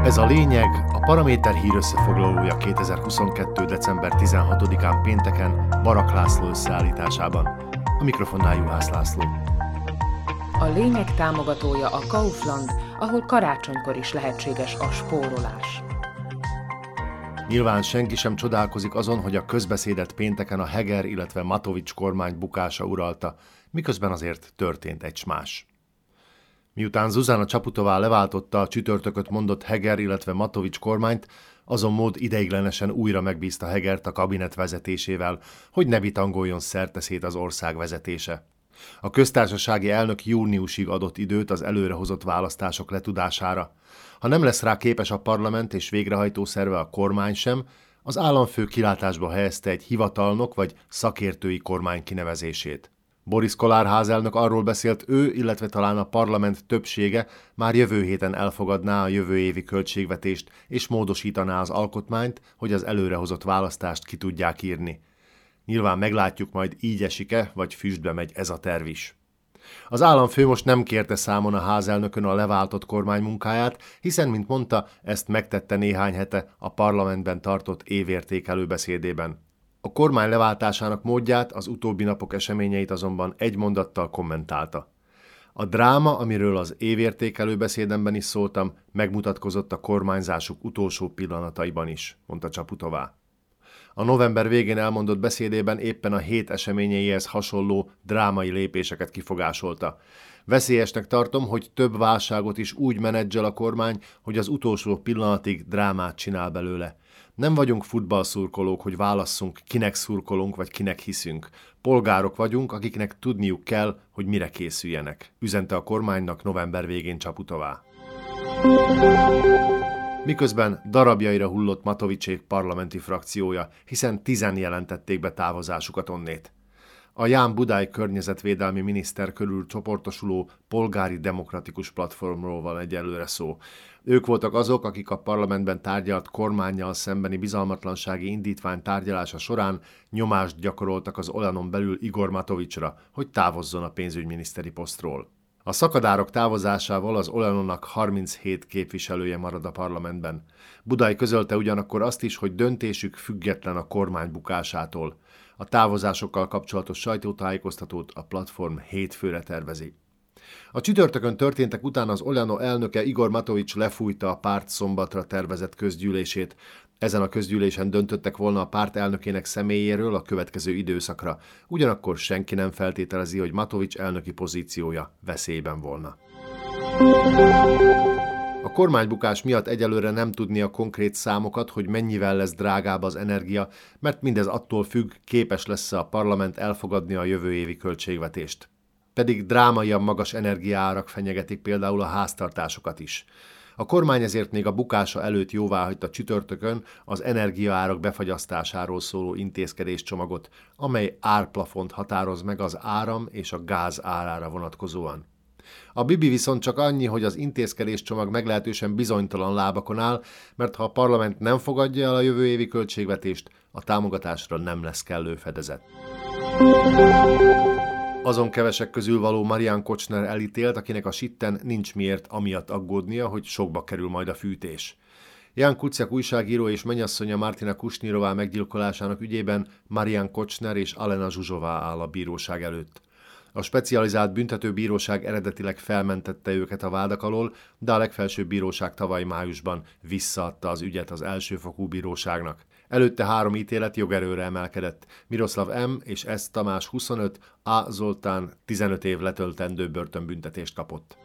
Ez a lényeg, a Paraméter hír összefoglalója 2022. december 16-án pénteken Barak László összeállításában. A mikrofonnál Juhász László. A lényeg támogatója a Kaufland, ahol karácsonykor is lehetséges a spórolás. Nyilván senki sem csodálkozik azon, hogy a közbeszédet pénteken a Heger, illetve Matovics kormány bukása uralta, miközben azért történt egy s más. Miután Zuzana Csaputová leváltotta a csütörtököt mondott Heger, illetve Matovics kormányt, azon mód ideiglenesen újra megbízta Hegert a kabinet vezetésével, hogy ne bitangoljon szerteszét az ország vezetése. A köztársasági elnök júniusig adott időt az előrehozott választások letudására. Ha nem lesz rá képes a parlament és végrehajtó szerve a kormány sem, az államfő kilátásba helyezte egy hivatalnok vagy szakértői kormány kinevezését. Boris Kolár házelnök arról beszélt, ő, illetve talán a parlament többsége már jövő héten elfogadná a jövő évi költségvetést és módosítaná az alkotmányt, hogy az előrehozott választást ki tudják írni. Nyilván meglátjuk, majd így esik-e, vagy füstbe megy ez a terv is. Az államfő most nem kérte számon a házelnökön a leváltott kormány munkáját, hiszen, mint mondta, ezt megtette néhány hete a parlamentben tartott évértékelő beszédében. A kormány leváltásának módját, az utóbbi napok eseményeit azonban egy mondattal kommentálta. A dráma, amiről az évértékelő beszédemben is szóltam, megmutatkozott a kormányzásuk utolsó pillanataiban is, mondta Csaputová. A november végén elmondott beszédében éppen a hét eseményeihez hasonló drámai lépéseket kifogásolta. Veszélyesnek tartom, hogy több válságot is úgy menedzsel a kormány, hogy az utolsó pillanatig drámát csinál belőle. Nem vagyunk futballszurkolók, hogy válasszunk, kinek szurkolunk vagy kinek hiszünk. Polgárok vagyunk, akiknek tudniuk kell, hogy mire készüljenek, üzente a kormánynak november végén Csaputová. Miközben darabjaira hullott Matovicsék parlamenti frakciója, hiszen 10 jelentették be távozásukat onnét. A Ján Budály környezetvédelmi miniszter körül csoportosuló polgári demokratikus platformról van egyelőre szó. Ők voltak azok, akik a parlamentben tárgyalt kormánnyal szembeni bizalmatlansági indítvány tárgyalása során nyomást gyakoroltak az Olanon belül Igor Matovicsra, hogy távozzon a pénzügyminiszteri posztról. A szakadárok távozásával az Olanonnak 37 képviselője marad a parlamentben. Budály közölte ugyanakkor azt is, hogy döntésük független a kormány bukásától. A távozásokkal kapcsolatos sajtótájékoztatót a platform hétfőre tervezi. A csütörtökön történtek után az Olano elnöke Igor Matovics lefújta a párt szombatra tervezett közgyűlését. Ezen a közgyűlésen döntöttek volna a párt elnökének személyéről a következő időszakra. Ugyanakkor senki nem feltételezi, hogy Matovics elnöki pozíciója veszélyben volna. A kormánybukás miatt egyelőre nem tudni a konkrét számokat, hogy mennyivel lesz drágább az energia, mert mindez attól függ, képes lesz-e a parlament elfogadni a jövő évi költségvetést. Pedig drámaian magas energiaárak fenyegetik például a háztartásokat is. A kormány ezért még a bukása előtt jóváhagyta csütörtökön az energiaárak befagyasztásáról szóló intézkedéscsomagot, amely árplafont határoz meg az áram és a gáz árára vonatkozóan. A bibi viszont csak annyi, hogy az intézkedéscsomag meglehetősen bizonytalan lábakon áll, mert ha a parlament nem fogadja el a jövő évi költségvetést, a támogatásra nem lesz kellő fedezet. Azon kevesek közül való Marian Kocsner elítélt, akinek a sitten nincs miért amiatt aggódnia, hogy sokba kerül majd a fűtés. Ján Kuciak újságíró és mennyasszonya Martina Kusnyirová meggyilkolásának ügyében Marian Kocsner és Alena Zsuzsová áll a bíróság előtt. A specializált büntetőbíróság eredetileg felmentette őket a vádak alól, de a legfelsőbb bíróság tavaly májusban visszaadta az ügyet az elsőfokú bíróságnak. Előtte 3 ítélet jogerőre emelkedett. Miroslav M. és S. Tamás 25, A. Zoltán 15 év letöltendő börtönbüntetést kapott.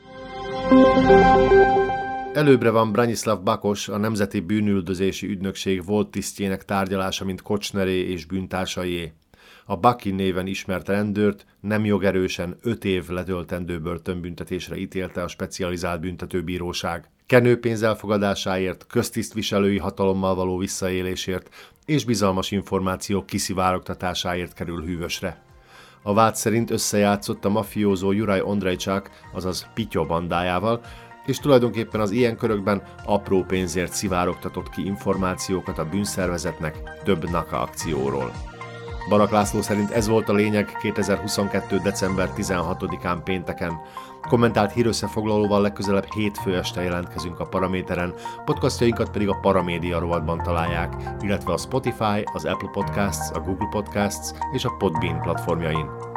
Előbbre van Branislav Bakos, a Nemzeti Bűnüldözési Ügynökség volt tisztjének tárgyalása, mint Kocsneré és bűntársaié. A Baki néven ismert rendőrt nem jogerősen 5 év letöltendő börtönbüntetésre ítélte a specializált büntetőbíróság. Kenőpénz elfogadásáért, köztisztviselői hatalommal való visszaélésért és bizalmas információk kiszivárogtatásáért kerül hűvösre. A vád szerint összejátszott a mafiózó Juraj Ondrejcsák, azaz Pityo bandájával, és tulajdonképpen az ilyen körökben apró pénzért szivárogtatott ki információkat a bűnszervezetnek több NAKA akcióról. Barak László szerint ez volt a lényeg 2022. december 16-án pénteken. Kommentált hírösszefoglalóval legközelebb hétfő este jelentkezünk a Paraméteren, podcastjainkat pedig a Paramédia rovatban találják, illetve a Spotify, az Apple Podcasts, a Google Podcasts és a Podbean platformjain.